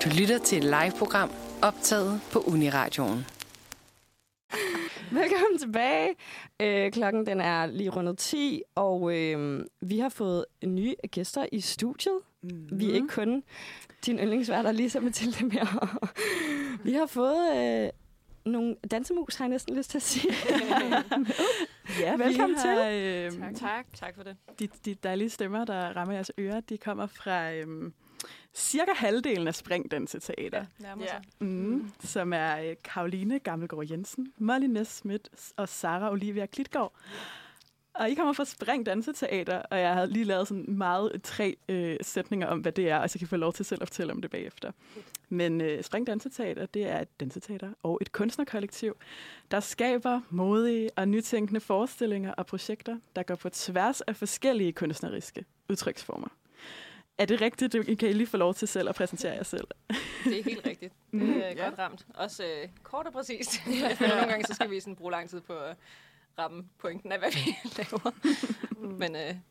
Du lytter til et live-program optaget på Uniradioen. Velkommen tilbage. Klokken den er lige rundet 10, og vi har fået nye gæster i studiet. Mm-hmm. Vi er ikke kun din yndlingsværter, Lisa Mathilde mere. Vi har fået nogle dansemus, har jeg næsten lyst til at sige. Ja, velkommen til. Tak for det. De dejlige stemmer, der rammer jeres ører, de kommer fra cirka halvdelen af Springdanseteater. Som er Karoline Gammelgaard Jensen, Molly Næsschmidt og Sara Olivia Klitgaard. Og I kommer fra Springdanseteater, og jeg havde lige lavet sådan meget 3 sætninger om, hvad det er, og så kan I få lov til selv at fortælle om det bagefter. Men Springdanseteater, det er et danseteater og et kunstnerkollektiv, der skaber modige og nytænkende forestillinger og projekter, der går på tværs af forskellige kunstneriske udtryksformer. Er det rigtigt? Kan I lige få lov til selv at præsentere jer selv? Det er helt rigtigt. Det er godt ramt. Også kort og præcist. Nogle gange så skal vi sådan bruge lang tid på at ramme pointen af, hvad vi laver. Men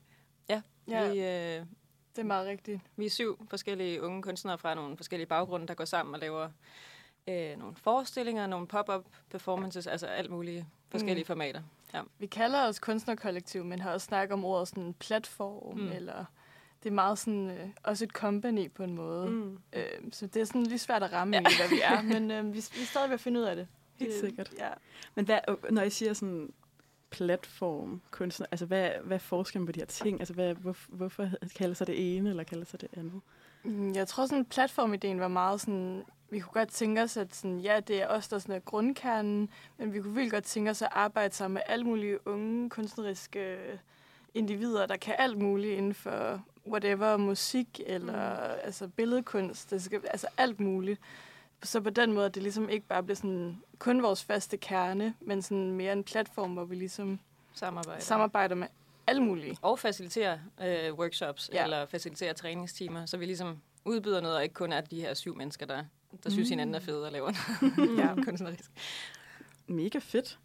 det er meget rigtigt. Vi er 7 forskellige unge kunstnere fra nogle forskellige baggrunde, der går sammen og laver nogle forestillinger, nogle pop-up performances, altså alt mulige forskellige formater. Ja. Vi kalder os kunstnerkollektiv, men har også snakket om ordet sådan platform, eller det er meget sådan også et company på en måde. Så det er sådan lige svært at ramme, hvad vi er, men vi er stadig ved at finde ud af det. Helt sikkert. Ja. Men når I siger sådan platform, kunstner, altså hvad er forskellen på de her ting? Altså hvorfor kalder sig det ene, eller kalder sig det andet? Jeg tror sådan, platformideen var meget sådan, vi kunne godt tænke os, at sådan, ja, det er os, der sådan er grundkernen, men vi kunne virkelig godt tænke os at arbejde sammen med alle mulige unge kunstneriske individer, der kan alt muligt inden for whatever, musik eller altså billedkunst, det skal, altså alt muligt. Så på den måde, at det ligesom ikke bare bliver sådan kun vores faste kerne, men sådan mere en platform, hvor vi ligesom samarbejder med alle mulige. Og faciliterer workshops eller faciliterer træningstimer, så vi ligesom udbyder noget, og ikke kun er de her 7 mennesker, der synes hinanden er fede og laver noget kunstnerisk. Mega fedt.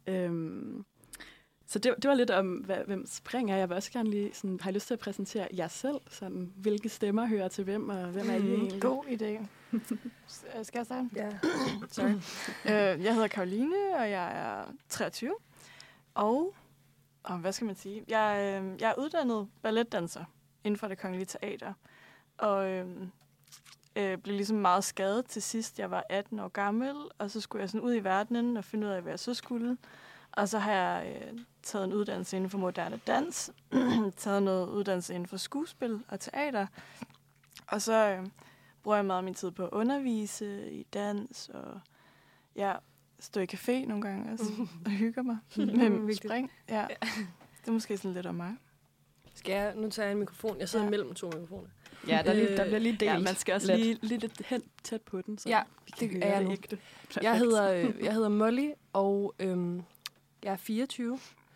Så det var lidt om, hvem Spring er. Jeg vil også gerne lige sådan, har lyst til at præsentere jer selv. Sådan, hvilke stemmer hører til hvem, og hvem er I egentlig? God idé. Skal jeg starte? Ja. Sorry. Jeg hedder Karoline, og jeg er 23. Og hvad skal man sige? Jeg er uddannet balletdanser inden for Det Kongelige Teater. Og blev ligesom meget skadet til sidst. Jeg var 18 år gammel, og så skulle jeg sådan ud i verdenen og finde ud af, hvad jeg så skulle. Og så har jeg taget en uddannelse inden for moderne dans, taget noget uddannelse inden for skuespil og teater. Og så bruger jeg meget af min tid på at undervise i dans, og stå i café nogle gange også, og hygger mig med Spring. Ja. Det er måske sådan lidt om mig. Skal jeg nu tage en mikrofon? Jeg sidder mellem 2 mikrofoner. Ja, der bliver lige delt. Ja, man skal også lige lidt hen tæt på den, så vi kan høre det ægte. Jeg hedder Molly, og jeg er 24.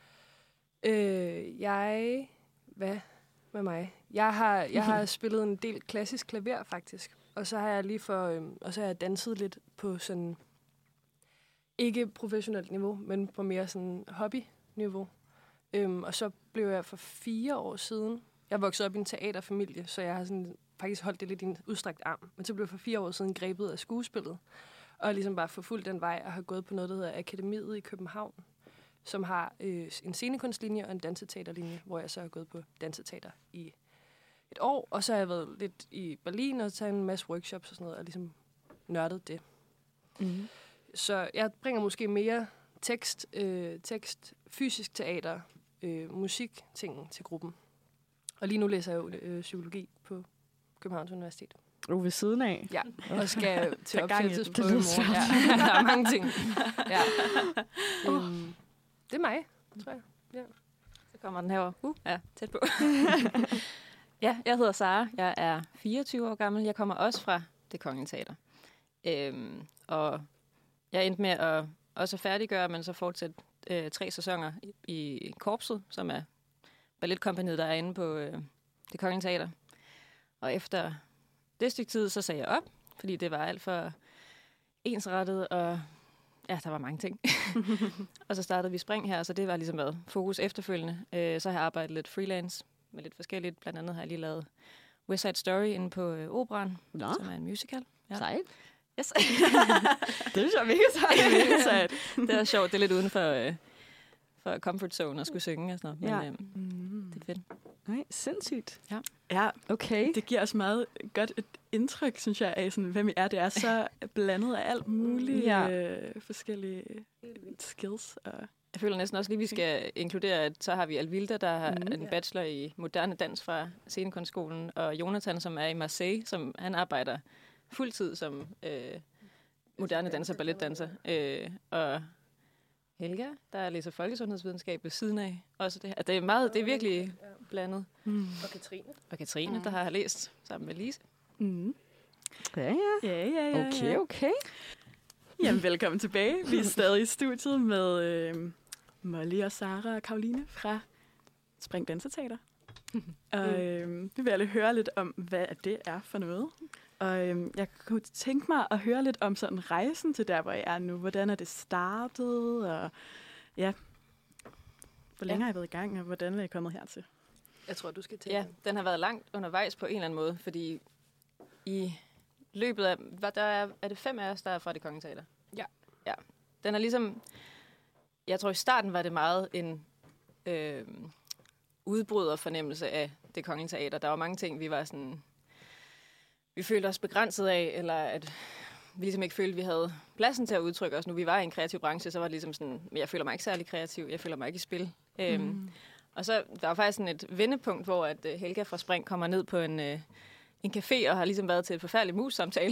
Hvad med mig? Jeg har spillet en del klassisk klaver, faktisk. Og så har jeg og så har jeg danset lidt på sådan, ikke professionelt niveau, men på mere sådan hobby-niveau. Og så blev jeg for 4 år siden, jeg voksede op i en teaterfamilie, så jeg har sådan faktisk holdt det lidt i en udstrakt arm. Men så blev jeg for 4 år siden grebet af skuespillet, og ligesom bare forfulgt den vej, og har gået på noget, der hedder Akademiet i København, som har en scenekunstlinje og en danseteaterlinje, hvor jeg så har gået på danseteater i et år. Og så har jeg været lidt i Berlin og taget en masse workshops og sådan noget, og ligesom nørdet det. Mm-hmm. Så jeg bringer måske mere tekst, fysisk teater, musik-ting til gruppen. Og lige nu læser jeg jo psykologi på Københavns Universitet. Ved siden af? Ja, og skal til opsættelsesprøve i morgen. Ja. Der er mange ting. Ja. Det er mig, tror jeg. Ja. Så kommer den herover. Ja, tæt på. Ja, jeg hedder Sara. Jeg er 24 år gammel. Jeg kommer også fra Det Kongelige Teater. Og jeg endte med at også færdiggøre, men så fortsætte 3 sæsoner i Korpset, som er balletkompaniet, der er inde på Det Kongelige Teater. Og efter det stykke tid, så sagde jeg op, fordi det var alt for ensrettet, og ja, der var mange ting. Og så startede vi Spring her, så det var ligesom været fokus efterfølgende. Så har jeg arbejdet lidt freelance med lidt forskelligt. Blandt andet har jeg lige lavet West Side Story inde på Operan, Nå, som er en musical. Ja. sejt. Yes. Det er så mega sejt. Det er sjovt. Det er lidt uden for comfort zone at skulle synge og sådan noget. Ja. Men det er fedt. Nej, sindssygt. Ja, Okay. det giver os meget godt et indtryk, synes jeg, af sådan, hvem I er. Det er så blandet af alt muligt forskellige skills. Og Jeg føler næsten også lige, vi skal inkludere, at så har vi Alvilda, der har en bachelor i moderne dans fra Scenekunstskolen, og Jonathan, som er i Marseille, som han arbejder fuldtid som moderne danser, balletdanser. Og Helga, der læser folkesundhedsvidenskab ved siden af. Også det her. Det er virkelig blandet. Og Katrine. Og Katrine, der har læst sammen med Lise. Ja. Okay. Jamen, velkommen tilbage. Vi er stadig i studiet med Molly og Sara og Karoline fra Spring Danseteater. Og vi vil alle høre lidt om, hvad det er for noget. Og jeg kunne tænke mig at høre lidt om sådan rejsen til der, hvor I er nu. Hvordan er det startet? Og ja, hvor længe har I været i gang, og hvordan er I kommet hertil? Jeg tror, du skal til. Ja, den har været langt undervejs på en eller anden måde, fordi i løbet af... Er det 5 af os, der er fra Det Kongelige Teater? Ja. Den er ligesom... Jeg tror, i starten var det meget en udbryderfornemmelse af Det Kongelige Teater. Der var mange ting, vi var sådan... Vi følte os begrænset af, eller at vi ligesom ikke følte, at vi havde pladsen til at udtrykke os. Nu vi var i en kreativ branche, så var det ligesom sådan... Men jeg føler mig ikke særlig kreativ. Jeg føler mig ikke i spil. Og så der var faktisk sådan et vendepunkt, hvor at Helga fra Spring kommer ned på en café og har ligesom været til et forfærdeligt mus-samtale.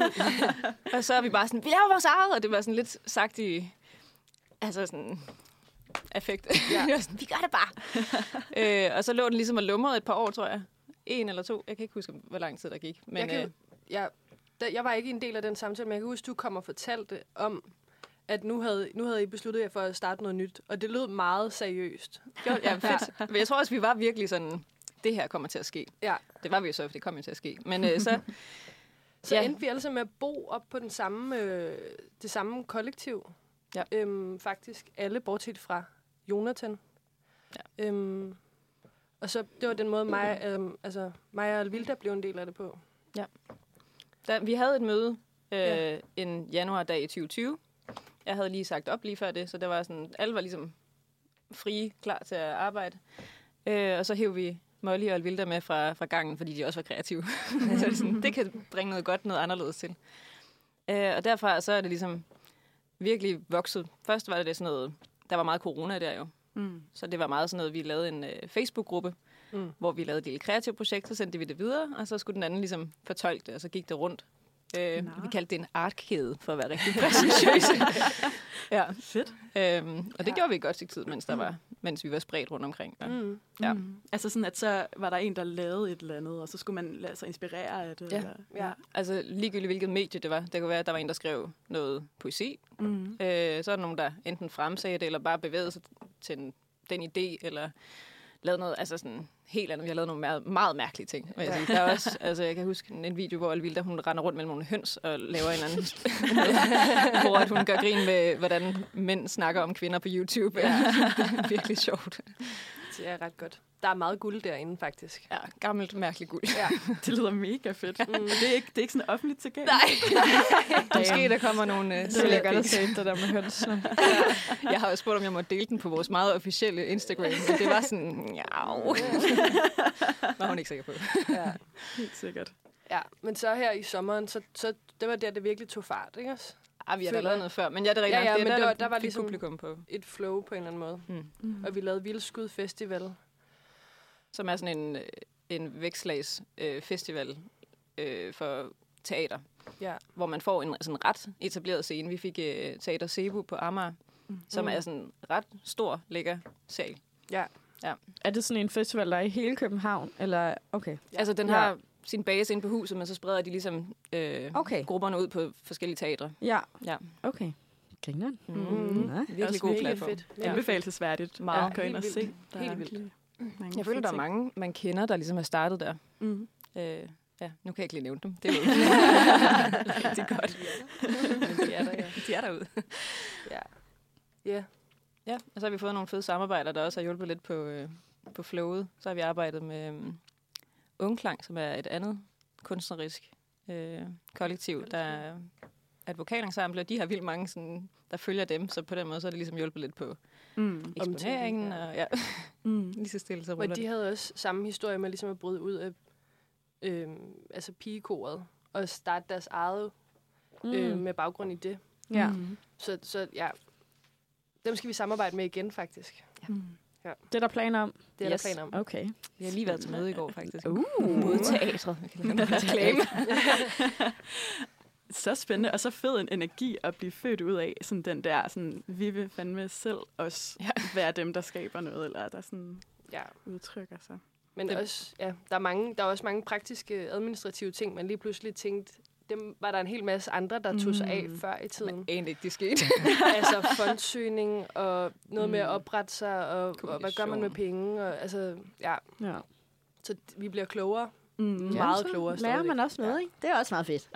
Og så er vi bare sådan, vi laver vores eget, og det var sådan lidt sagt i, altså sådan, affekt. Ja. Vi var sådan, vi gør det bare. Og så lå den ligesom og lumrede et par år, tror jeg. 1 eller 2. Jeg kan ikke huske, hvor lang tid der gik. Men, jeg var ikke en del af den samtale, men jeg kan huske, du kom og fortalte om, at nu havde I besluttet jer for at starte noget nyt, og det lød meget seriøst. Ja, fedt. Men jeg tror også, vi var virkelig sådan, det her kommer til at ske. Ja. Det var vi jo så, for det kom jo til at ske. Men så endte vi alle sammen med at bo op på det samme kollektiv. Ja. Faktisk alle, bortset fra Jonathan. Ja. Og så det var den måde, mig og Alvilda blev en del af det på. Ja. Vi havde et møde en januardag i 2020. Jeg havde lige sagt op lige før det, så det var sådan, alle var ligesom frie, klar til at arbejde. Og så hævde vi Molly og Alvilda med fra gangen, fordi de også var kreative. Så det, sådan, det kan bringe noget godt, noget anderledes til. Og derfra så er det ligesom virkelig vokset. Først var det sådan noget, der var meget corona der jo. Så det var meget sådan noget, vi lavede en Facebook-gruppe, hvor vi lavede et lille kreativt projekt, så sendte vi det videre, og så skulle den anden ligesom fortolke det, og så gik det rundt. Vi kaldte det en artkæde, for at være rigtig præcisiøse. Ja. Fedt. Og det gjorde vi et godt stykke tid, mens vi var spredt rundt omkring. Ja. Altså sådan, at så var der en, der lavede et eller andet, og så skulle man lade sig inspirere af det? Ja. Eller? Ja. Altså ligegyldigt hvilket medie det var. Det kunne være, at der var en, der skrev noget poesi. Så er der nogen, der enten fremsagde det, eller bare bevægede sig til den idé, eller lavede noget, altså sådan helt andet. Vi har lavet nogle meget, meget mærkelige ting. Ja. Der er også, altså jeg kan huske en video, hvor Alvilda, hun render rundt mellem nogle høns og laver en anden, hvor hun gør grin med, hvordan mænd snakker om kvinder på YouTube. Ja. Det er virkelig sjovt. Det er ret godt. Der er meget guld derinde, faktisk. Ja, gammelt, mærkeligt guld. Ja. Det lyder mega fedt. Det er ikke sådan offentligt tilgængeligt. Nej. Måske der kommer nogle... Det vil jeg godt have set, det der med høns. Jeg har jo spurgt, om jeg måtte dele den på vores meget officielle Instagram, men det var sådan... Jau. Var hun ikke sikker på. Ja. Helt sikkert. Ja, men så her i sommeren, så det var der, det virkelig tog fart, ikke også? Vi har da lavet noget før, men det er rigtigt. Ja, men der var fik ligesom publikum på. Et flow på en eller anden måde. Og vi lavede Vildskud Festival. Som er sådan en vækslags festival for teater, hvor man får en sådan ret etableret scene. Vi fik Teater Cebu på Amager, som er sådan en ret stor, lækker sal. Ja. Er det sådan en festival, der er i hele København? Eller? Okay. Altså, den har sin base inde på huset, men så spreder de ligesom grupperne ud på forskellige teatre. Ja. Okay. Grineren. Virkelig god platform. Fedt. Anbefalelsesværdigt. Meget. Gå ind og se. Helt vildt. Jeg føler, der er mange, man kender, der ligesom har startet der. Ja, nu kan jeg ikke lige nævne dem. Det er jo rigtig godt. Men de er derude. Ja. Ja, og så har vi fået nogle fede samarbejder, der også har hjulpet lidt på flowet. Så har vi arbejdet med Ungklang, som er et andet kunstnerisk kollektiv, der er et vokalensemble, og de har vildt mange, sådan, der følger dem, så på den måde så er det ligesom hjulpet lidt på eksponeringen, og lige så stille så ruller. Og de havde også samme historie med ligesom at bryde ud af altså pigekoret, og starte deres eget med baggrund i det. Ja. Så ja, dem skal vi samarbejde med igen, faktisk. Ja. Ja. Det er der planer om? Det er der planer om. Okay. Vi har lige været til møde i går, faktisk. Mod teatret. Så spændende, og så fed en energi at blive født ud af. Sådan den der, sådan, vi vil fandme selv også være dem, der skaber noget, eller der sådan udtrykker sig. Men også, der er også mange praktiske, administrative ting, man lige pludselig tænkte, dem var der en hel masse andre, der tog sig af før i tiden. Men egentlig ikke, det skete. Altså fondsøgning, og noget med at oprette sig, og hvad gør man med penge, og altså, Så vi bliver klogere. Meget klogere. Lærer man også noget, ikke? Det er også meget fedt.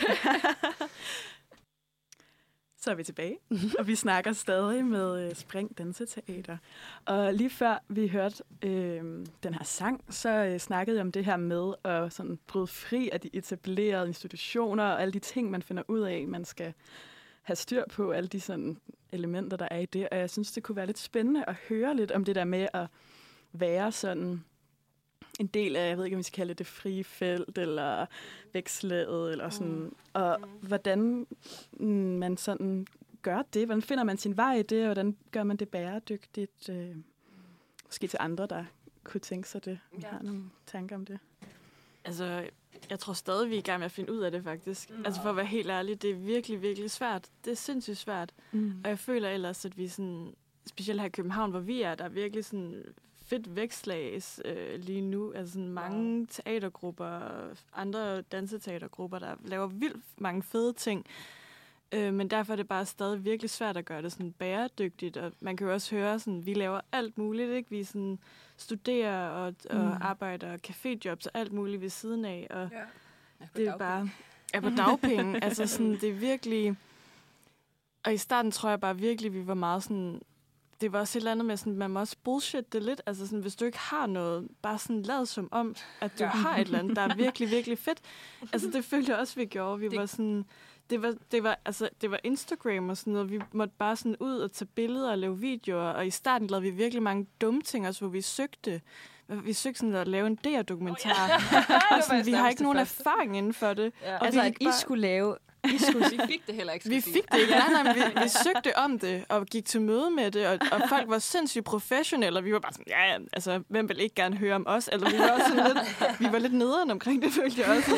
Så er vi tilbage, og vi snakker stadig med Spring Danseteater. Og lige før vi hørte den her sang, så snakkede jeg om det her med at sådan bryde fri af de etablerede institutioner og alle de ting, man finder ud af, man skal have styr på, alle de sådan elementer, der er i det. Og jeg synes, det kunne være lidt spændende at høre lidt om det der med at være sådan en del af, jeg ved ikke, om vi skal kalde det frie felt, eller vækslaget, eller sådan. Og hvordan man sådan gør det. Hvordan finder man sin vej i det, og hvordan gør man det bæredygtigt? Måske til andre, der kunne tænke sig det. Har nogle tanker om det? Altså, jeg tror stadig, vi er i gang med at finde ud af det, faktisk. Altså, for at være helt ærlig, det er virkelig, virkelig svært. Det er sindssygt svært. Og jeg føler ellers, at vi sådan, specielt her i København, hvor vi er, der er virkelig sådan fedt vækslags lige nu. Altså sådan mange teatergrupper, andre danseteatergrupper, der laver vildt mange fede ting. Men derfor er det bare stadig virkelig svært at gøre det sådan bæredygtigt. Og man kan jo også høre, sådan, vi laver alt muligt, ikke? Vi sådan studerer og arbejder caféjobs og alt muligt ved siden af. Og det er bare på dagpenge. Altså sådan, det er virkelig. Og i starten tror jeg bare virkelig, vi var meget sådan. Det var også et eller andet med, sådan, man må også bullshit det lidt. Altså sådan, hvis du ikke har noget, bare sådan lad som om, at du har et eller andet, der er virkelig, virkelig fedt. Altså det følte jeg også, vi gjorde. Vi var sådan, det var Instagram og sådan noget. Vi måtte bare sådan ud og tage billeder og lave videoer. Og i starten lavede vi virkelig mange dumme ting også, hvor vi søgte. Vi søgte sådan at lave en DR-dokumentar. Og sådan, vi har ikke nogen erfaring inden for det. Ja. Og altså, at I skulle lave. I fik det heller ikke. Vi fik det ikke. Nej, vi søgte om det, og gik til møde med det, og folk var sindssygt professionelle, og vi var bare sådan, altså, hvem vil ikke gerne høre om os? Eller vi var også sådan vi var lidt nederen omkring det, følte jeg også.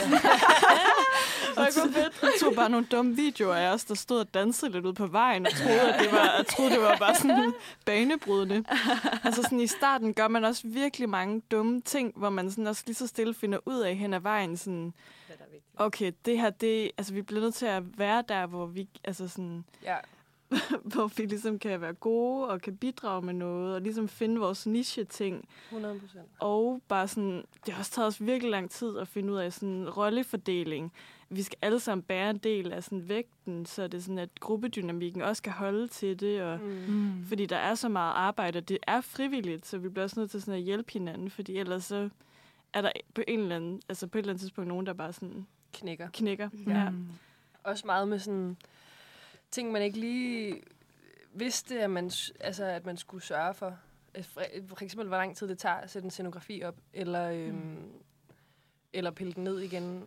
Og tog bare nogle dumme videoer af os, der stod og dansede lidt ud på vejen, og troede, det var bare sådan banebrydende. Altså sådan i starten gør man også virkelig mange dumme ting, hvor man sådan også lige så stille finder ud af hen ad vejen, sådan, okay, det her, altså vi bliver nødt til at være der, hvor vi, altså sådan, hvor vi ligesom kan være gode og kan bidrage med noget, og ligesom finde vores niche-ting. 100%. Og bare sådan, det har også taget os virkelig lang tid at finde ud af sådan rollefordeling. Vi skal alle sammen bære en del af sådan vægten, så det er sådan, at gruppedynamikken også kan holde til det, og fordi der er så meget arbejde, og det er frivilligt, så vi bliver også nødt til sådan at hjælpe hinanden, fordi ellers så er der på et eller andet tidspunkt nogen, der bare sådan knækker. Ja. Også meget med sådan ting, man ikke lige vidste, at man skulle sørge for. For eksempel, hvor lang tid det tager at sætte en scenografi op, eller pille den ned igen.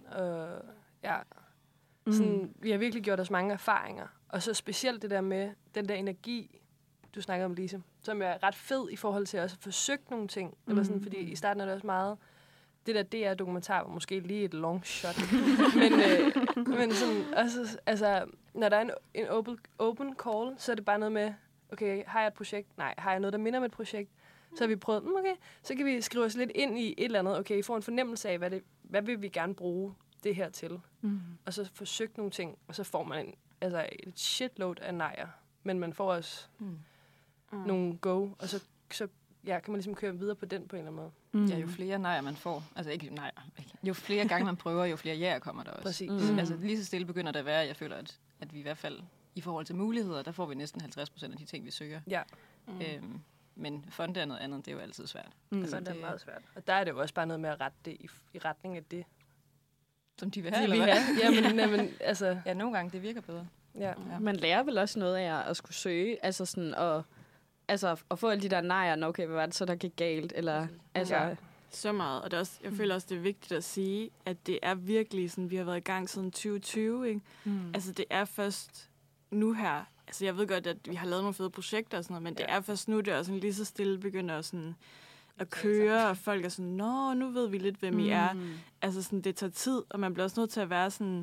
Sådan, vi har virkelig gjort os mange erfaringer. Og så specielt det der med den der energi, du snakker om, Lise, som er ret fed i forhold til også at forsøge nogle ting. Eller sådan, fordi i starten er det også meget. Det der DR-dokumentar var måske lige et long shot. men sådan, altså, når der er en open call, så er det bare noget med, okay, har jeg et projekt? Nej. Har jeg noget, der minder om et projekt? Så har vi prøvet, okay, så kan vi skrive os lidt ind i et eller andet. Okay, I får en fornemmelse af, hvad vil vi gerne bruge det her til? Og så forsøgt nogle ting, og så får man et shitload af nejer. Men man får også nogle go, og så kan man ligesom køre videre på den på en eller anden måde. Ja, jo flere nejer man får, altså ikke nejer, jo flere gange man prøver, jo flere jæger kommer der også. Præcis. Altså lige så stille begynder det at være, jeg føler, at vi i hvert fald i forhold til muligheder, der får vi næsten 50% af de ting, vi søger. Ja. Men fonde er noget andet, det er jo altid svært. Altså, det er meget svært. Og der er det jo også bare noget med at rette det i retning af det. Som de vil have, eller hvad? Jamen, altså... Ja, nogle gange, det virker bedre. Ja. Man lærer vel også noget af at skulle søge, altså sådan at få alle de der nejer, okay, hvad var det så, der gik galt, eller altså... Ja. Så meget, og det er også, jeg føler også, det er vigtigt at sige, at det er virkelig sådan, vi har været i gang siden 2020, ikke? Altså, det er først nu her, altså jeg ved godt, at vi har lavet nogle fede projekter og sådan noget, men det er først nu, det er sådan lige så stille begynder sådan at køre, og folk er sådan, nå, nu ved vi lidt, hvem I er. Altså sådan, det tager tid, og man bliver også nødt til at være sådan,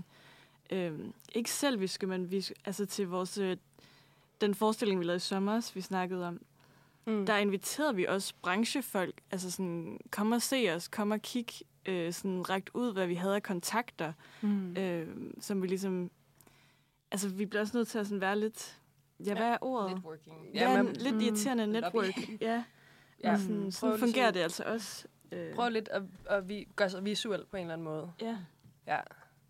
ikke selviske, men altså til vores, den forestilling, vi lavede i sommer, vi snakkede om, der inviterede vi også branchefolk, altså sådan, kom og se os, kom og kig, sådan rækt ud, hvad vi havde af kontakter, som vi ligesom, altså vi bliver også nødt til at sådan være lidt, hvad er ordet? Networking. Ja, lidt irriterende network. Ja. Og sådan fungerer det altså også. Prøv lidt at gøre sig visuel på en eller anden måde. Ja. Ja.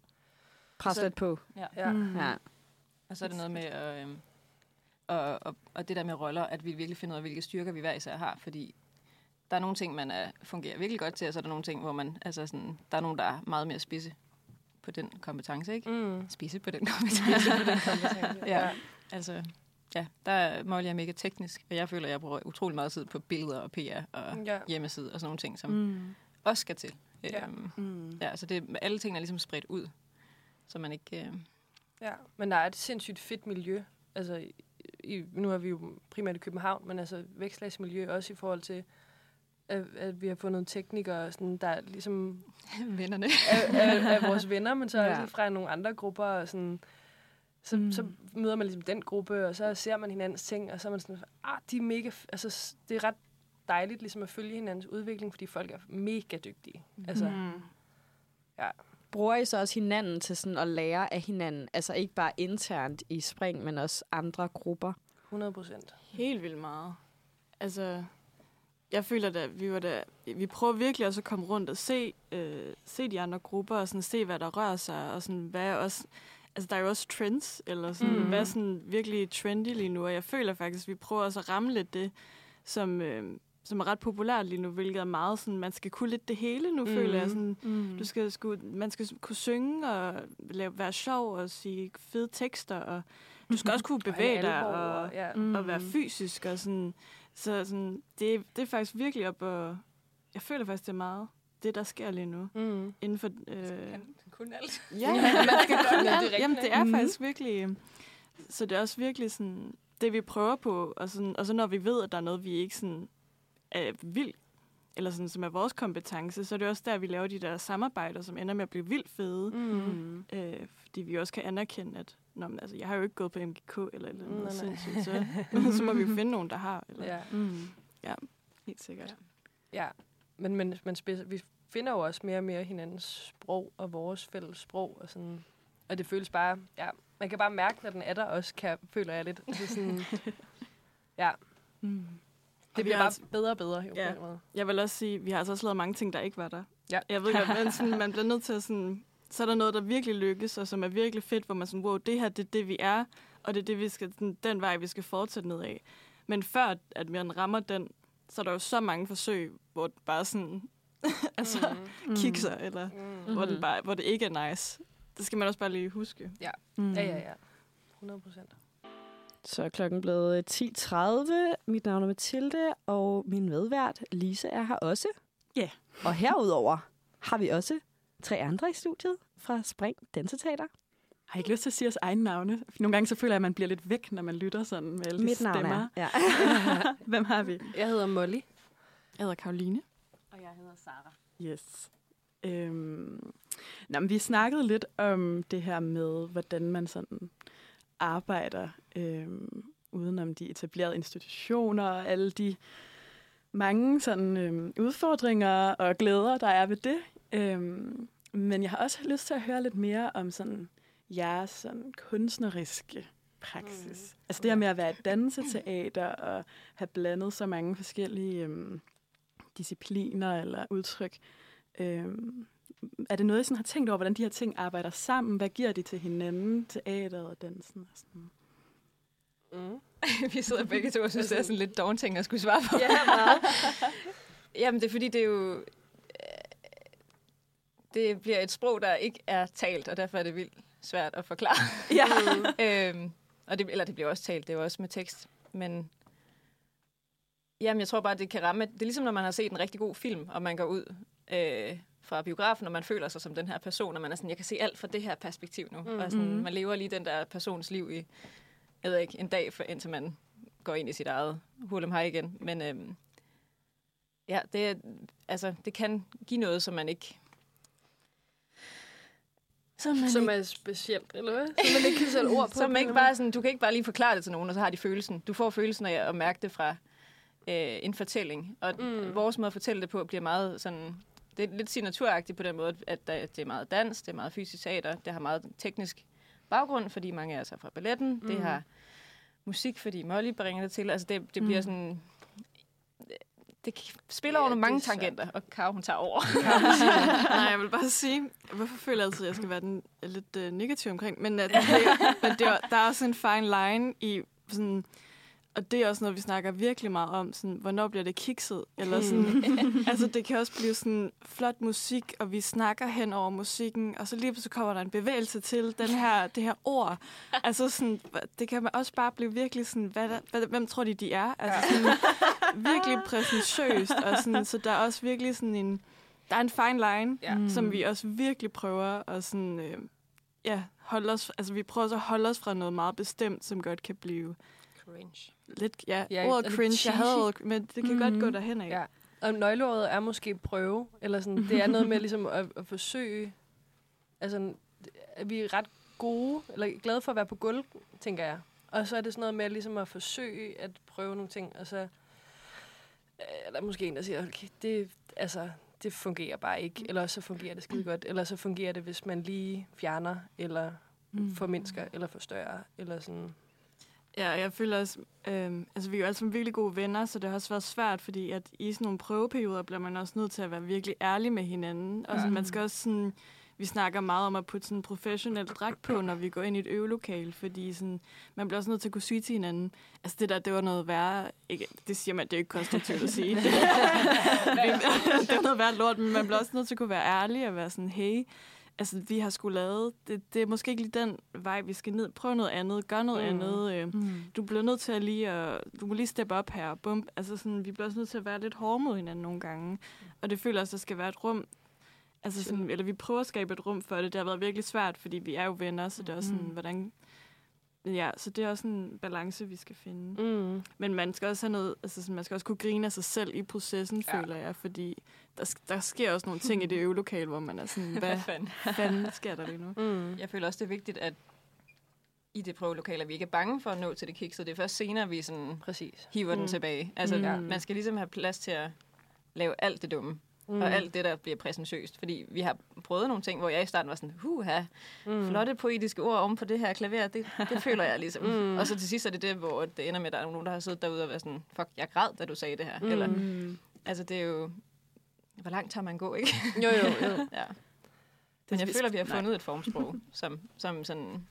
Pres lidt på. Ja. Ja. Og så er det noget med og det der med roller, at vi virkelig finder ud af, hvilke styrker vi hver især har, fordi der er nogle ting, man fungerer virkelig godt til, og så er der nogle ting, hvor man, altså sådan, der er nogen, der er meget mere spidse på den kompetence, ikke? Spidse på den kompetence. Ja, altså, ja, der er Molly er mega teknisk, og jeg føler, at jeg bruger utrolig meget tid på billeder og PR og hjemmeside og sådan nogle ting, som også skal til. Ja, så det, alle tingene er ligesom spredt ud, så man ikke... Ja, men der er et sindssygt fedt miljø, altså nu er vi jo primært i København, men altså vækstlagsmiljø også i forhold til, at vi har fundet teknikere, sådan, der er ligesom vennerne af vores venner, men så også fra nogle andre grupper, og sådan, så møder man ligesom den gruppe, og så ser man hinandens ting, og så er man sådan, de er mega, altså det er ret dejligt ligesom at følge hinandens udvikling, fordi folk er mega dygtige. Altså, ja. Bruger I så også hinanden til sådan at lære af hinanden? Altså ikke bare internt i Spring, men også andre grupper? 100%. Helt vildt meget. Altså, jeg føler, at vi prøver virkelig også at komme rundt og se de andre grupper, og sådan se, hvad der rører sig, og sådan, hvad også... Altså, der er jo også trends, eller sådan, hvad er sådan virkelig trendy lige nu, og jeg føler faktisk, at vi prøver også at ramme lidt det, som er ret populært lige nu, hvilket er meget sådan, man skal kunne lidt det hele nu, føler jeg. Sådan, man skal kunne synge og være sjov og sige fede tekster, og du skal også kunne bevæge dig og være fysisk. Og sådan, så sådan, det er faktisk virkelig op, og jeg føler faktisk, det er meget det, der sker lige nu. Inden for... kun alt. Ja, man skal kunne alt. Jamen, det er faktisk virkelig... Så det er også virkelig sådan, det, vi prøver på, og så når vi ved, at der er noget, vi ikke sådan er vildt, eller sådan, som er vores kompetence, så er det også der, vi laver de der samarbejder, som ender med at blive vildt fede. Fordi vi også kan anerkende, at altså, jeg har jo ikke gået på MGK eller noget sindssygt, så må vi jo finde nogen, der har. Eller. Ja, helt sikkert. Ja, men vi finder jo også mere og mere hinandens sprog og vores fælles sprog, og sådan, og det føles bare, man kan bare mærke, når den er der også, føler jeg lidt. Altså sådan, det bliver bare bedre og bedre. Jo, på en måde. Jeg vil også sige, vi har altså også lavet mange ting, der ikke var der. Ja. Jeg ved godt, men sådan, man bliver nødt til at sådan, så er der noget, der virkelig lykkes, og som er virkelig fedt, hvor man sådan, wow, det her, det er det, vi er, og det er det, vi skal, den vej, vi skal fortsætte ned af. Men før, at man rammer den, så er der jo så mange forsøg, hvor det bare sådan, altså, kikser, eller hvor det ikke er nice. Det skal man også bare lige huske. Ja. 100%. Så er klokken blevet 10.30. Mit navn er Mathilde, og min medvært Lise er her også. Ja. Yeah. Og herudover har vi også 3 andre i studiet fra Spring Danseteater. Har I ikke lyst til at sige os egne navne? Nogle gange så føler jeg, at man bliver lidt væk, når man lytter sådan med alle de stemmer. Mit navn er, Hvem har vi? Jeg hedder Molly. Jeg hedder Karoline. Og jeg hedder Sara. Yes. Men vi snakkede lidt om det her med, hvordan man sådan arbejder udenom de etablerede institutioner og alle de mange sådan, udfordringer og glæder, der er ved det. Men jeg har også lyst til at høre lidt mere om sådan, jeres sådan, kunstneriske praksis. Altså det her med at være et danseteater og have blandet så mange forskellige discipliner eller udtryk. Er det noget, I sådan har tænkt over, hvordan de her ting arbejder sammen? Hvad giver de til hinanden, teateret og dansen? Og sådan? Vi sidder begge to og synes, det er sådan lidt daunting at skulle svare på. Ja, meget. Jamen, det er fordi, det er jo... Det bliver et sprog, der ikke er talt, og derfor er det vildt svært at forklare. Ja. Og det bliver også talt, det er jo også med tekst. Men jamen, jeg tror bare, det kan ramme... Det er ligesom, når man har set en rigtig god film, og man går ud fra biografen, og man føler sig som den her person, og man er sådan, jeg kan se alt fra det her perspektiv nu. Og sådan, man lever lige den der persons liv i, jeg ved ikke, en dag, indtil man går ind i sit eget hurlum hej igen. Men ja, det kan give noget, som man ikke... Som er specielt, eller hvad? Som man ikke kan sætte ord på. Som ikke bare sådan, du kan ikke bare lige forklare det til nogen, og så har de følelsen. Du får følelsen af at mærke det fra en fortælling. Og vores måde at fortælle det på bliver meget sådan... Det er lidt signaturagtigt på den måde, at det er meget dans, det er meget fysisk teater, det har meget teknisk baggrund, fordi mange af os er fra balletten. Det har musik, fordi Molly bringer det til. Altså det bliver sådan... Det spiller over nogle mange tangenter, og Karo, hun tager over. Nej, jeg vil bare sige, hvorfor føler jeg altid, at jeg skal være den lidt negativ omkring, men der er også en fine line i sådan... Og det er også noget, vi snakker virkelig meget om, sådan, hvornår bliver det kikset? Eller sådan, altså, det kan også blive sådan flot musik, og vi snakker hen over musikken, og så lige pludselig kommer der en bevægelse til det her ord. Altså, sådan, det kan man også bare blive virkelig sådan, hvem tror de er? Altså, sådan, virkelig præsentøst, og sådan, så der er også virkelig sådan der er en fine line, som vi også virkelig prøver at sådan, holde os, altså vi prøver at holde os fra noget meget bestemt, som godt kan blive cringe. Lidt, ordet cringe, jeg havde ordet, men det kan godt gå derhen af. Ja. Og nøgleordet er måske prøve, eller sådan, det er noget med ligesom at forsøge, altså, vi er ret gode, eller glade for at være på gulv, tænker jeg. Og så er det sådan noget med ligesom at forsøge at prøve nogle ting, og så er der måske en, der siger, okay, det fungerer bare ikke, eller så fungerer det skide godt, eller så fungerer det, hvis man lige fjerner, eller formindsker, eller forstørrer, eller sådan... Ja, jeg føler også, altså vi er jo alle sammen virkelig gode venner, så det har også været svært, fordi at i sådan nogle prøveperioder bliver man også nødt til at være virkelig ærlig med hinanden. Og så man skal også sådan, vi snakker meget om at putte sådan en professionel dragt på, når vi går ind i et øvelokale, fordi sådan, man bliver også nødt til at kunne sige til hinanden, altså det var noget værre, ikke, det siger man, det er ikke konstruktivt at sige. Det var noget værre lort, men man bliver også nødt til at kunne være ærlig og være sådan, hey, altså, vi har sgu lavet... Det er måske ikke lige den vej, vi skal ned. Prøv noget andet. Gør noget andet. Du bliver nødt til du må lige steppe op her. Bum. Altså, sådan, vi bliver også nødt til at være lidt hårde mod hinanden nogle gange. Og det føler også, der skal være et rum. Altså, sådan, eller vi prøver at skabe et rum for det. Det har været virkelig svært, fordi vi er jo venner, så det er også sådan, hvordan... Ja, så det er også en balance, vi skal finde. Men man skal også have noget... Altså, sådan, man skal også kunne grine af sig selv i processen, føler jeg, fordi... Der sker også nogle ting i det øvelokale, hvor man er sådan, hvad fanden sker der lige nu? Jeg føler også, det er vigtigt, at i det prøvelokale, at vi ikke er bange for at nå til det kiksede. Det er først senere, vi sådan hiver den tilbage. Altså, man skal ligesom have plads til at lave alt det dumme. Og alt det, der bliver præsentøst. Fordi vi har prøvet nogle ting, hvor jeg i starten var sådan, flotte poetiske ord om på det her klaver, det føler jeg ligesom. Og så til sidst er det hvor det ender med, at der er nogen, der har siddet derude og været sådan, fuck, jeg græd, da du sagde det her. Eller, altså, det er jo... Hvor langt tager man gå, ikke? Jo. Ja. Men jeg føler, vi har fundet et formsprog, som sådan,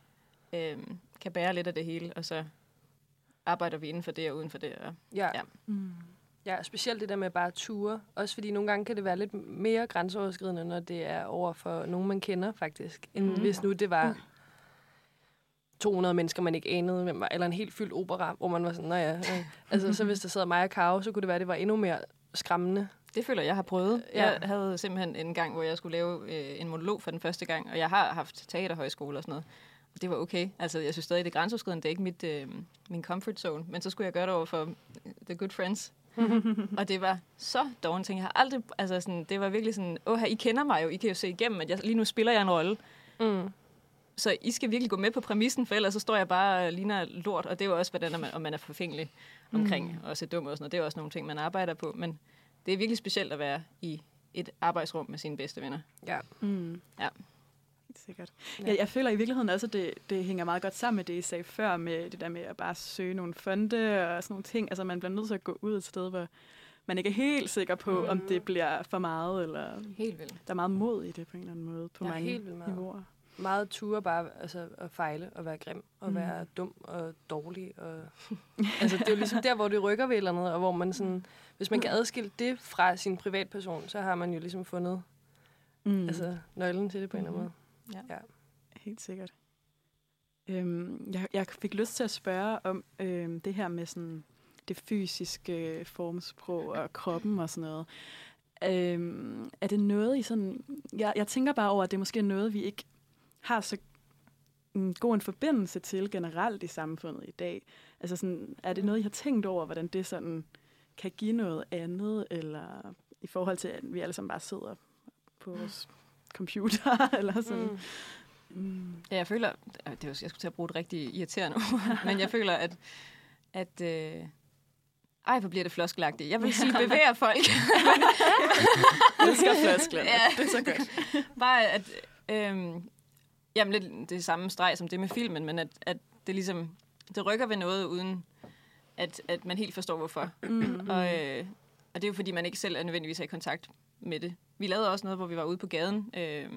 kan bære lidt af det hele, og så arbejder vi inden for det og uden for det. Og, Ja, specielt det der med bare ture. Også fordi nogle gange kan det være lidt mere grænseoverskridende, når det er over for nogen, man kender faktisk, end hvis nu det var 200 mennesker, man ikke anede, hvem var, eller en helt fyldt opera, hvor man var sådan, altså så hvis der sad mig og Karo, så kunne det være, det var endnu mere skræmmende. Det føler jeg har prøvet. Jeg havde simpelthen en gang, hvor jeg skulle lave en monolog for den første gang, og jeg har haft teaterhøjskole og sådan noget. Og det var okay. Altså, jeg synes stadig, det er grænseoverskridende. Det er ikke min comfort zone. Men så skulle jeg gøre det over for The Good Friends. Og det var så daunting. Jeg har aldrig... Altså, sådan, det var virkelig sådan... I kender mig jo. I kan jo se igennem, at lige nu spiller jeg en rolle. Så I skal virkelig gå med på præmissen, for ellers så står jeg bare og ligner lort. Og det er jo også, hvordan om man er forfængelig omkring og se dum og sådan noget. Det er også nogle ting, man arbejder på. Men det er virkelig specielt at være i et arbejdsrum med sine bedste venner. Ja. Ja. Sikkert. Ja, jeg føler i virkeligheden også, at det hænger meget godt sammen med det, I sagde før, med det der med at bare søge nogle fonde og sådan nogle ting. Altså, man bliver nødt til at gå ud et sted, hvor man ikke er helt sikker på, om det bliver for meget, eller helt vildt. Der er meget mod i det på en eller anden måde, på mange niveauer. meget ture bare altså, at fejle og være grim og være dum og dårlig. Og, altså, det er jo ligesom der, hvor det rykker ved eller andet, og hvor man sådan, hvis man kan adskille det fra sin privatperson, så har man jo ligesom fundet altså, nøglen til det på en eller anden måde. Ja. Helt sikkert. Jeg fik lyst til at spørge om det her med sådan det fysiske formsprog og kroppen og sådan noget. Er det noget i sådan... Jeg tænker bare over, at det måske er noget, vi ikke har så god en forbindelse til generelt i samfundet i dag. Altså sådan, er det noget, I har tænkt over, hvordan det sådan kan give noget andet, eller i forhold til, at vi alle sammen bare sidder på vores computer, eller sådan... Ja, jeg føler... Jeg skulle til at bruge et rigtig irriterende ord, men jeg føler, at hvor bliver det floskelagtigt. Jeg vil sige, bevæger folk. Jeg elsker floskler. Ja. Det er så godt. Bare at... jamen, lidt det samme streg som det med filmen, men at det ligesom... Det rykker ved noget, uden at man helt forstår, hvorfor. Og det er jo, fordi man ikke selv er nødvendigvis i kontakt med det. Vi lavede også noget, hvor vi var ude på gaden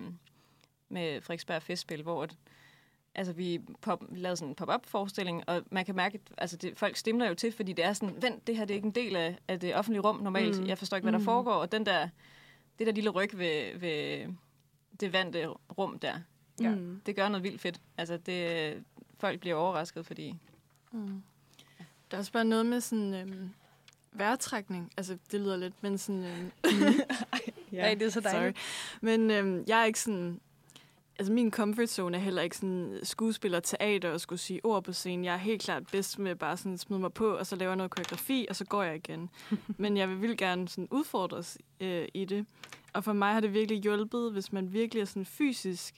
med Frederiksberg Festspil, hvor vi lavede sådan en pop-up-forestilling, og man kan mærke, at folk stimler jo til, fordi det er sådan, vent, det her det er ikke en del af det offentlige rum normalt. Jeg forstår ikke, hvad der foregår, og det der lille ryg ved det vante rum der, det gør noget vildt fedt. Altså, folk bliver overrasket, fordi... Der er også bare noget med sådan vejrtrækning. Altså, det lyder lidt, men sådan... Ja, det er så dejligt. Men jeg er ikke sådan... Altså, min comfort zone er heller ikke sådan skuespiller, teater og skulle sige ord på scenen. Jeg er helt klart bedst med bare sådan smide mig på, og så laver noget koreografi, og så går jeg igen. Men jeg vil gerne sådan udfordres i det. Og for mig har det virkelig hjulpet, hvis man virkelig er sådan fysisk...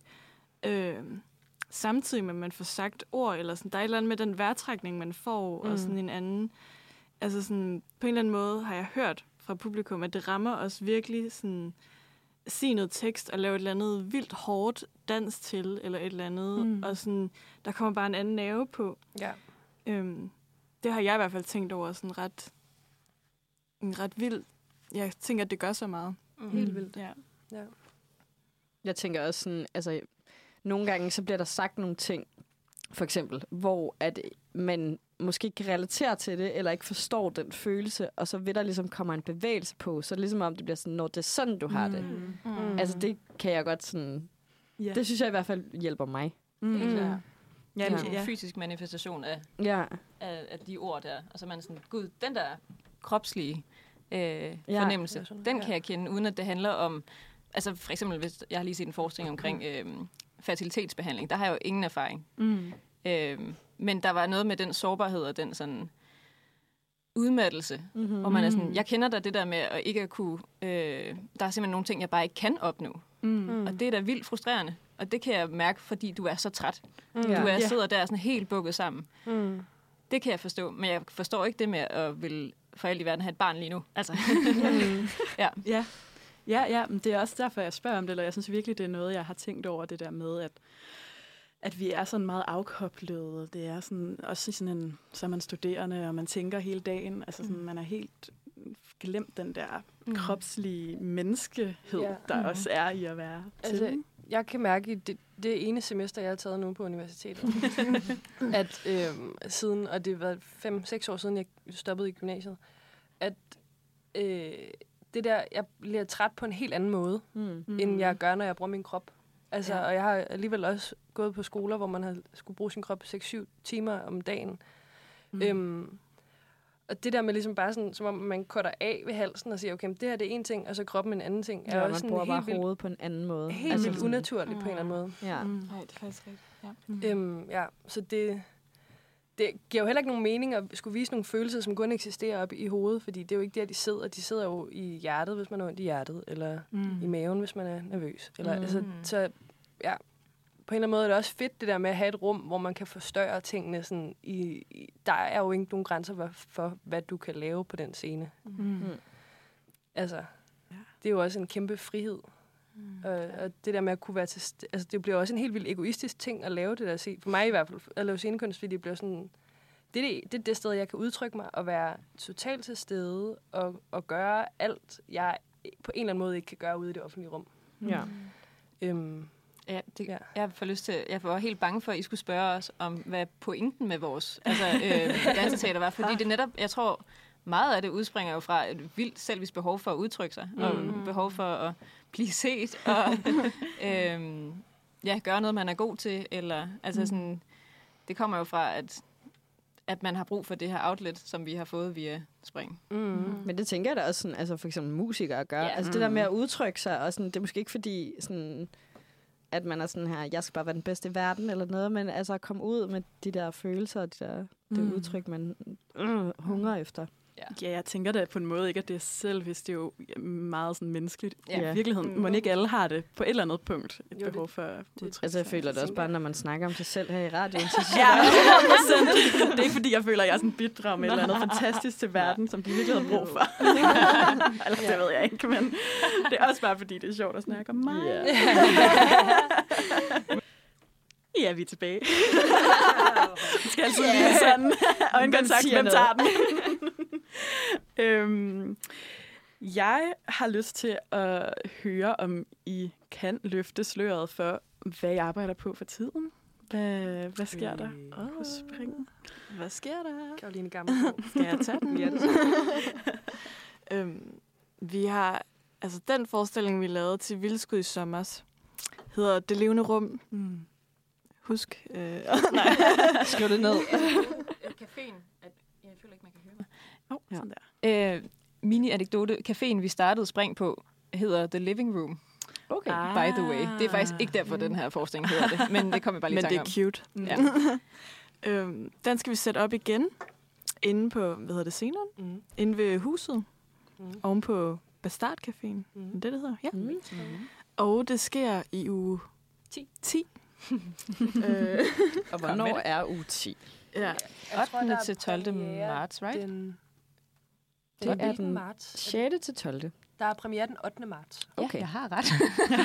samtidig med, at man får sagt ord, eller sådan, der er et eller andet med den vejrtrækning, man får, og sådan en anden... Altså sådan, på en eller anden måde har jeg hørt fra publikum, at det rammer os virkelig sådan... sige noget tekst og lave et eller andet vildt hårdt dans til, eller et eller andet, og sådan, der kommer bare en anden nerve på. Ja. Det har jeg i hvert fald tænkt over, sådan ret vildt. Jeg tænker, at det gør så meget. Helt vildt. Ja. Jeg tænker også sådan, altså, nogle gange så bliver der sagt nogle ting, for eksempel, hvor at man måske ikke kan relatere til det, eller ikke forstår den følelse, og så vil der ligesom kommer en bevægelse på, så er det ligesom om, det bliver sådan, når det er sådan, du har det. Altså, det kan jeg godt sådan... Yeah. Det synes jeg i hvert fald hjælper mig. Ja, en fysisk manifestation af de ord der. Og så er man sådan, gud, den der kropslige fornemmelse, den kan jeg kende, uden at det handler om... Altså, for eksempel, hvis jeg har lige set en forskning omkring fertilitetsbehandling, der har jeg jo ingen erfaring. Men der var noget med den sårbarhed og den sådan udmattelse, hvor man er sådan, jeg kender dig det der med at ikke at kunne, der er simpelthen nogle ting, jeg bare ikke kan opnå. Og det er da vildt frustrerende. Og det kan jeg mærke, fordi du er så træt. Du sidder der sådan helt bukket sammen. Det kan jeg forstå, men jeg forstår ikke det med at vil for alt i verden have et barn lige nu. Altså. Ja, men det er også derfor, jeg spørger om det, eller jeg synes virkelig, det er noget, jeg har tænkt over, det der med, at vi er sådan meget afkoblede. Det er sådan, også sådan en, så er man studerende, og man tænker hele dagen. Altså sådan, man er helt glemt den der kropslige menneskehed, der også er i at være til. Altså, jeg kan mærke i det ene semester, jeg har taget nu på universitetet, at siden, og det var 5-6 år siden, jeg stoppede i gymnasiet, at det der, jeg bliver træt på en helt anden måde, end jeg gør, når jeg bruger min krop. Altså, og jeg har alligevel også gået på skoler, hvor man har skulle bruge sin krop 6-7 timer om dagen. Og det der med ligesom bare sådan, som om man cutter af ved halsen og siger, okay, det her det er en ting, og så kroppen en anden ting. Ja, man bruger bare hovedet på en anden måde. Helt vildt unaturligt på en eller anden måde. Ja. Nej, det er faktisk rigtigt. Så det giver jo heller ikke nogen mening at skulle vise nogle følelser, som kun eksisterer op i hovedet, fordi det er jo ikke der, de sidder. De sidder jo i hjertet, hvis man har ondt i hjertet, eller i maven, hvis man er nervøs. Eller, altså, så ja, på en eller anden måde er det også fedt, det der med at have et rum, hvor man kan forstørre tingene. Sådan der er jo ikke nogen grænser for, hvad du kan lave på den scene. Altså, det er jo også en kæmpe frihed. Og det der med at kunne være til... Altså, det bliver også en helt vildt egoistisk ting at lave det der. For mig i hvert fald, at lave scenekunst, fordi det bliver sådan... Det er det sted, jeg kan udtrykke mig, og være totalt til stede, og gøre alt, jeg på en eller anden måde ikke kan gøre ude i det offentlige rum. Ja, jeg får lyst til. Jeg var helt bange for, at I skulle spørge os om, hvad pointen med vores danseteater var, fordi det netop, jeg tror, meget af det udspringer jo fra et vildt selvisk behov for at udtrykke sig, og behov for at blive set, og gøre noget, man er god til, eller sådan, det kommer jo fra, at man har brug for det her outlet, som vi har fået via Spring. Men det tænker jeg da også, sådan, altså for eksempel musikere gør. Altså det der med at udtrykke sig, og sådan, det er måske ikke fordi, sådan, at man er sådan her, jeg skal bare være den bedste i verden, eller noget, men altså at komme ud med de der følelser, og det udtryk, man hungrer efter. Ja, jeg tænker da på en måde ikke, at det er selv, hvis det er jo meget sådan menneskeligt. Ja. I virkeligheden må ikke alle har det på et eller andet punkt et behov for at udtrykke. Altså jeg føler det også bare, når man snakker om sig selv her i radioen, så ja, 100%. Det er ikke fordi, jeg føler, at jeg er sådan bidrag med et eller andet fantastisk til verden, som de virkelig har brug for. Eller det ved jeg ikke, men det er også bare fordi, det er sjovt at snakke om mig. Ja, vi er tilbage. Vi skal altid lige sådan øjenkontakt, men tager den. Jeg har lyst til at høre, om I kan løfte sløret for, hvad jeg arbejder på for tiden. Hvad sker der på Spring? Hvad sker der? Karoline Gammel. Skal jeg tage den? Vi har, altså den forestilling, vi lavede til Vildskud i sommers, hedder Det Levende Rum. Husk. Nej. Skriv det ned. Caféen. Jeg føler ikke, man kan høre mig. Sådan der. Mini-anekdote. Caféen, vi startede Spring på, hedder The Living Room. Okay. By the way. Det er faktisk ikke derfor, den her forestilling hedder det. Men det kommer jeg bare lige i tanke om. Men det er cute. Den skal vi sætte op igen. Inde på, sceneren? Inde ved huset. Oven på Bastard Caféen. Det hedder? Ja. Og det sker i uge 10. Og hvornår er uge 10? Ja. 8. til 12. marts, right? Det er den marts. 6. til 12. Der er premiere den 8. marts. Okay. Ja, jeg har ret.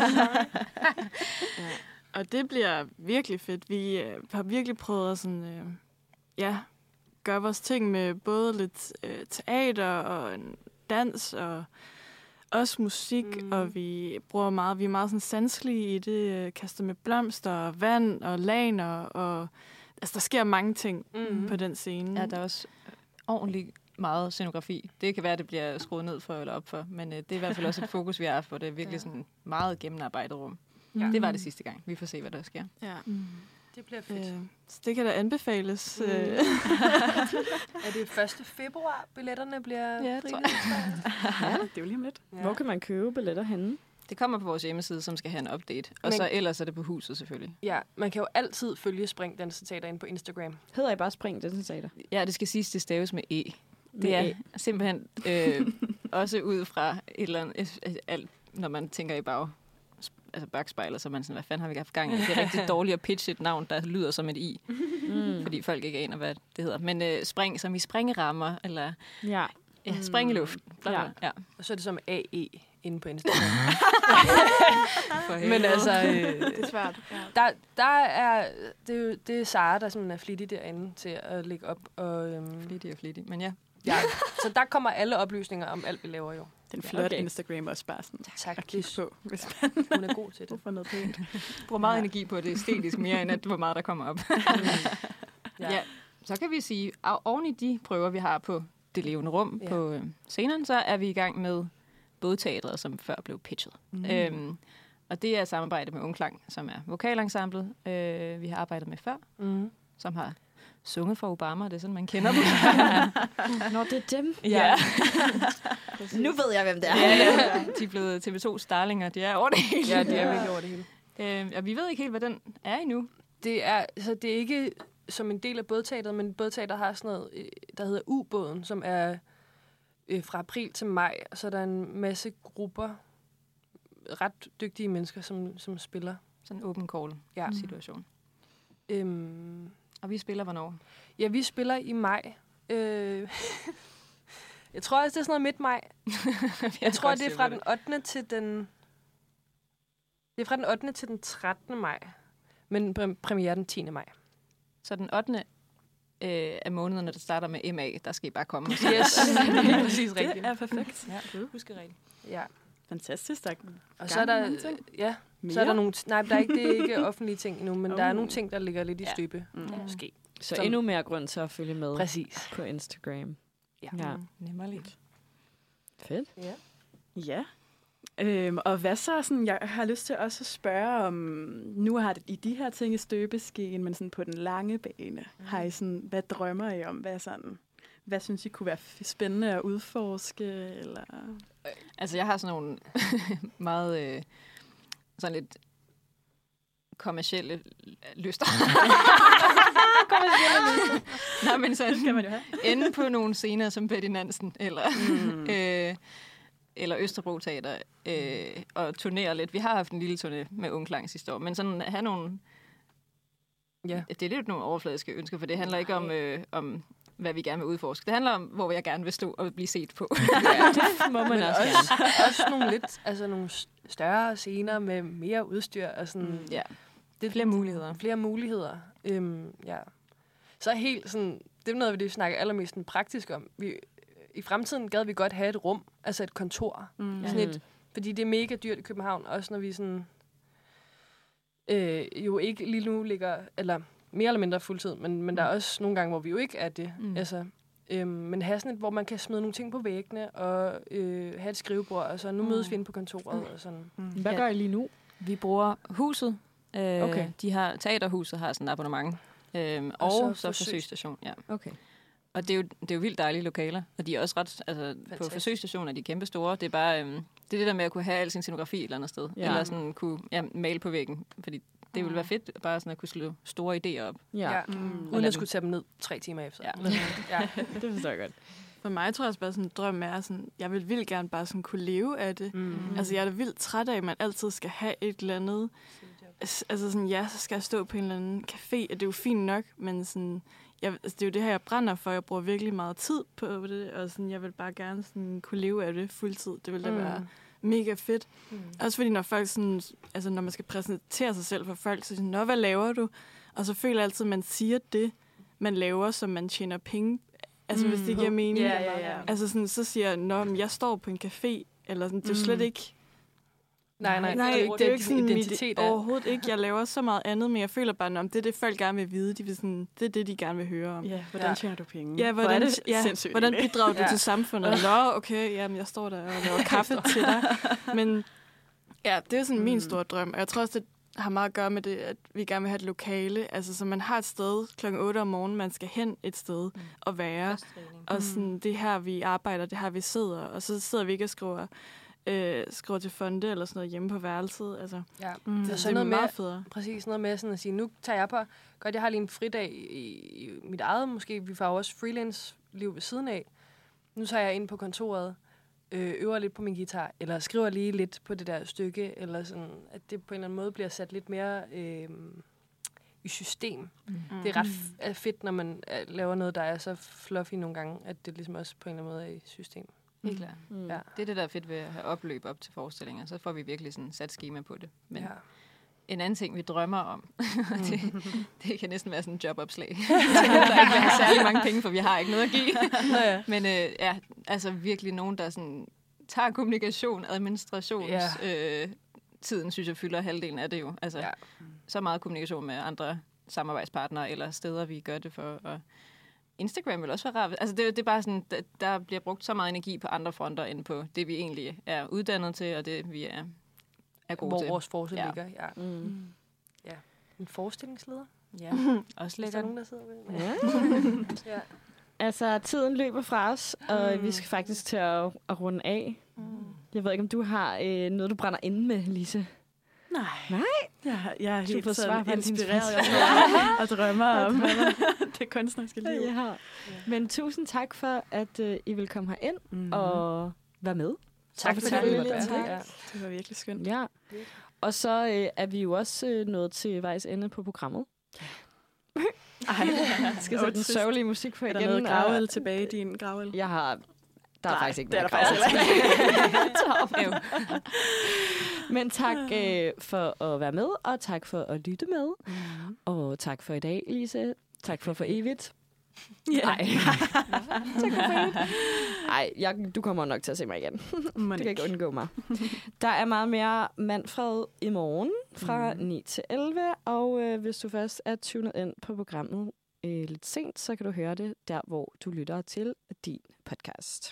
Og det bliver virkelig fedt. Vi har virkelig prøvet at sådan, gøre vores ting med både lidt teater og en dans og også musik, og vi er meget sådan sanselige i det, kaster med blomster og vand og laner, og altså der sker mange ting på den scene. Ja, der er også ordentligt meget scenografi. Det kan være, at det bliver skruet ned for eller op for, men det er i hvert fald også et fokus, vi har haft, hvor det er virkelig sådan meget gennemarbejdet rum. Ja. Det var det sidste gang. Vi får se, hvad der sker. Ja. Det bliver fedt. Så det kan da anbefales. Er det 1. februar, billetterne bliver tror jeg. Ja, det er jo lige om lidt. Ja. Hvor kan man købe billetter henne? Det kommer på vores hjemmeside, som skal have en update. Og så ellers er det på huset, selvfølgelig. Ja, man kan jo altid følge Spring Danseteater inde på Instagram. Hedder I bare Spring Danseteater? Ja, det skal siges, det staves med E. Det er simpelthen også ud fra et eller andet, når man tænker i bagspejler, så man sådan, hvad fanden har vi haft gang i? Det er rigtig dårligt at pitche et navn, der lyder som et I. Fordi folk ikke aner, hvad det hedder. Men spring, som i springerammer, eller spring i luften. Ja. Og så er det som AE inde på Instagram. Men altså, det er svært. Ja. Det er Sara, der sådan er flittig derinde til at lægge op. Og, flittig, men ja. Så der kommer alle oplysninger om alt, vi laver jo. Den flotte Instagram også bare sådan. Tak. At kigge på, hvis hun er god til det. For noget pænt. Bruger meget energi på det æstetisk, mere end at hvor meget der kommer op. Ja, så kan vi sige, at oven i de prøver, vi har på Det Levende Rum på scenerne, så er vi i gang med Bådteatret, som før blev pitchet. Og det er et samarbejde med Ungklang, som er vokalensemblet, vi har arbejdet med før, som har sunget for Obama, det er sådan, man kender dem. Nå, det er dem? Ja. Nu ved jeg, hvem det er. Ja. De er blevet TV2's darlinger, de er over det hele. Ja, de er virkelig over det hele. Og vi ved ikke helt, hvad den er endnu. Det er ikke som en del af Bådteatret, men Bådteatret har sådan noget, der hedder Ubåden, som er fra april til maj, og så er der en masse grupper, ret dygtige mennesker, som spiller. Sådan en open call situation. Og vi spiller hvornår? Ja, vi spiller i maj. Jeg tror også, det er sådan noget midt maj. Jeg tror, det er fra den 8. til den... Det er fra den 8. til den 13. maj. Men premiere den 10. maj. Så den 8. af månederne, der starter med MA, der skal I bare komme. Yes, det er præcis rigtigt. Det er perfekt. Ja, du husker rigtigt. Ja. Fantastisk, tak. Og så er der... Ja. Mere? Så er der nogle... Nej, det er ikke offentlige ting endnu, men der er nogle ting, der ligger lidt i støbe. Måske. Så Som- endnu mere grund til at følge med Præcis. på Instagram. Ja. Nemmerligt. Fedt. Ja. Og hvad så? Sådan, jeg har lyst til også at spørge om, nu har det i de her ting i støbeskeen, men sådan på den lange bane, har I sådan, hvad drømmer I om? Hvad synes I kunne være spændende at udforske? Eller? Altså, jeg har sådan nogle meget sådan lidt kommercielle lyster. Nej, men sådan Kan man jo have. ende på nogle scener som Betty Nansen, eller Østerbro Teater, og turnere lidt. Vi har haft en lille turné med Ungklang sidste år, men sådan have nogle... Ja. Det er lidt nogle overfladiske ønsker, for det handler ikke om hvad vi gerne vil udforske. Det handler om, hvor jeg gerne vil stå og blive set på. Det må man Men også gerne. også nogle lidt, altså nogle større scener med mere udstyr og sådan. Ja. Det er Flere muligheder. Flere muligheder. Ja. Så helt sådan, det er noget, vi snakker allermest sådan praktisk om. I fremtiden gad vi godt have et rum, altså et kontor. Sådan et, fordi det er mega dyrt i København, også når vi sådan jo ikke lige nu ligger, eller mere eller mindre fuldtid, men der er også nogle gange, hvor vi jo ikke er det. Altså, men have sådan et, hvor man kan smide nogle ting på væggene, og have et skrivebord, og så nu mødes vi inde på kontoret. Og sådan. Hvad gør I lige nu? Vi bruger huset. Okay. Teaterhuset har sådan et abonnement. Og og så så forsøgsstation, ja. Okay. Og det er jo vildt dejlige lokaler, og de er også ret, altså på forsøgsstationen er de kæmpe store. Det er bare, det er det der med at kunne have al sin scenografi et eller andet sted. Ja. Eller sådan kunne male på væggen, fordi det ville være fedt bare sådan at kunne slå store idéer op. Ja. Uden at skulle tage dem ned 3 timer efter. Ja. Det forstår jeg godt. For mig tror jeg også bare sådan en drøm er sådan, jeg vil vildt gerne bare sådan kunne leve af det. Altså jeg er da vildt træt af, at man altid skal have et eller andet. Altså sådan, så skal jeg stå på en eller anden café, og det er jo fint nok, men sådan, det er jo det her, jeg brænder for. Jeg bruger virkelig meget tid på det, og sådan, jeg vil bare gerne sådan kunne leve af det fuldtid. Det vil da være mega fedt. Også fordi når folk sådan, altså når man skal præsentere sig selv for folk, så sådan, hvad laver du? Og så føler jeg altid, at man siger det, man laver, som man tjener penge. Altså hvis det giver mening. Ja. Altså sådan, så siger jeg, jeg står på en café, eller sådan, det er jo slet ikke... Nej, det er jo ikke sådan identitet overhovedet ikke. Jeg laver så meget andet, men jeg føler bare, om det er det, folk gerne vil vide. Det er det, de gerne vil høre om. Ja, hvordan tjener du penge? Ja, hvordan bidrager du til samfundet? Nå, okay, jamen, jeg står der og laver kaffe til dig. Men ja, det er sådan min store drøm. Og jeg tror også, det har meget at gøre med det, at vi gerne vil have et lokale. Altså, så man har et sted klokken 8 om morgenen, man skal hen et sted og være. Og sådan, det her, vi arbejder, det her, vi sidder. Og så sidder vi ikke og skriver til fonde eller sådan noget hjemme på værelset. Altså, det er sådan noget meget federe. Præcis, noget med sådan at sige, nu tager jeg på, godt, jeg har lige en fridag i mit eget, måske, vi får jo også freelance-liv ved siden af. Nu tager jeg ind på kontoret, øver lidt på min guitar, eller skriver lige lidt på det der stykke, eller sådan, at det på en eller anden måde bliver sat lidt mere i system. Det er ret fedt, når man laver noget, der er så fluffy nogle gange, at det ligesom også på en eller anden måde er i system. Helt klart. Ja. Det er det, der er fedt ved at have opløb op til forestillinger. Så får vi virkelig sådan sat schema på det. Men en anden ting, vi drømmer om, det kan næsten være sådan en jobopslag. Der ikke vil have særlig mange penge, for vi har ikke noget at give. Men altså virkelig nogen, der sådan tager kommunikation, tiden, synes jeg, fylder halvdelen af det jo. Altså så meget kommunikation med andre samarbejdspartnere eller steder, vi gør det for. Og Instagram vil også være rart. Altså det er bare sådan, der bliver brugt så meget energi på andre fronter, end på det, vi egentlig er uddannet til, og det, vi er gode til. Hvor vores forskel ligger. Ja. En forestillingsleder. Ja, også lækkert. Der er nogen, der sidder med. Ja. Altså, tiden løber fra os, og vi skal faktisk til at runde af. Jeg ved ikke, om du har noget, du brænder inde med, Lise? Nej? Jeg er helt sådan inspireret og drømmer om det kunstneriske liv. Ja. Men tusind tak for, at I vil komme herind og være med. Tak for det. Det var virkelig skønt. Ja. Og så er vi jo også nået til vejs ende på programmet. Skal sætte den sørgelige musik på igen. Er der noget gravel tilbage i din gravel? Jeg har... Der er faktisk ikke noget gravel. Men tak for at være med, og tak for at lytte med. Og tak for i dag, Lise. Tak for evigt. Nej. Nej, du kommer nok til at se mig igen. Det kan ikke undgå mig. Der er meget mere Manfred i morgen fra 9 til 11, og hvis du først er tunet ind på programmet lidt sent, så kan du høre det der, hvor du lytter til din podcast.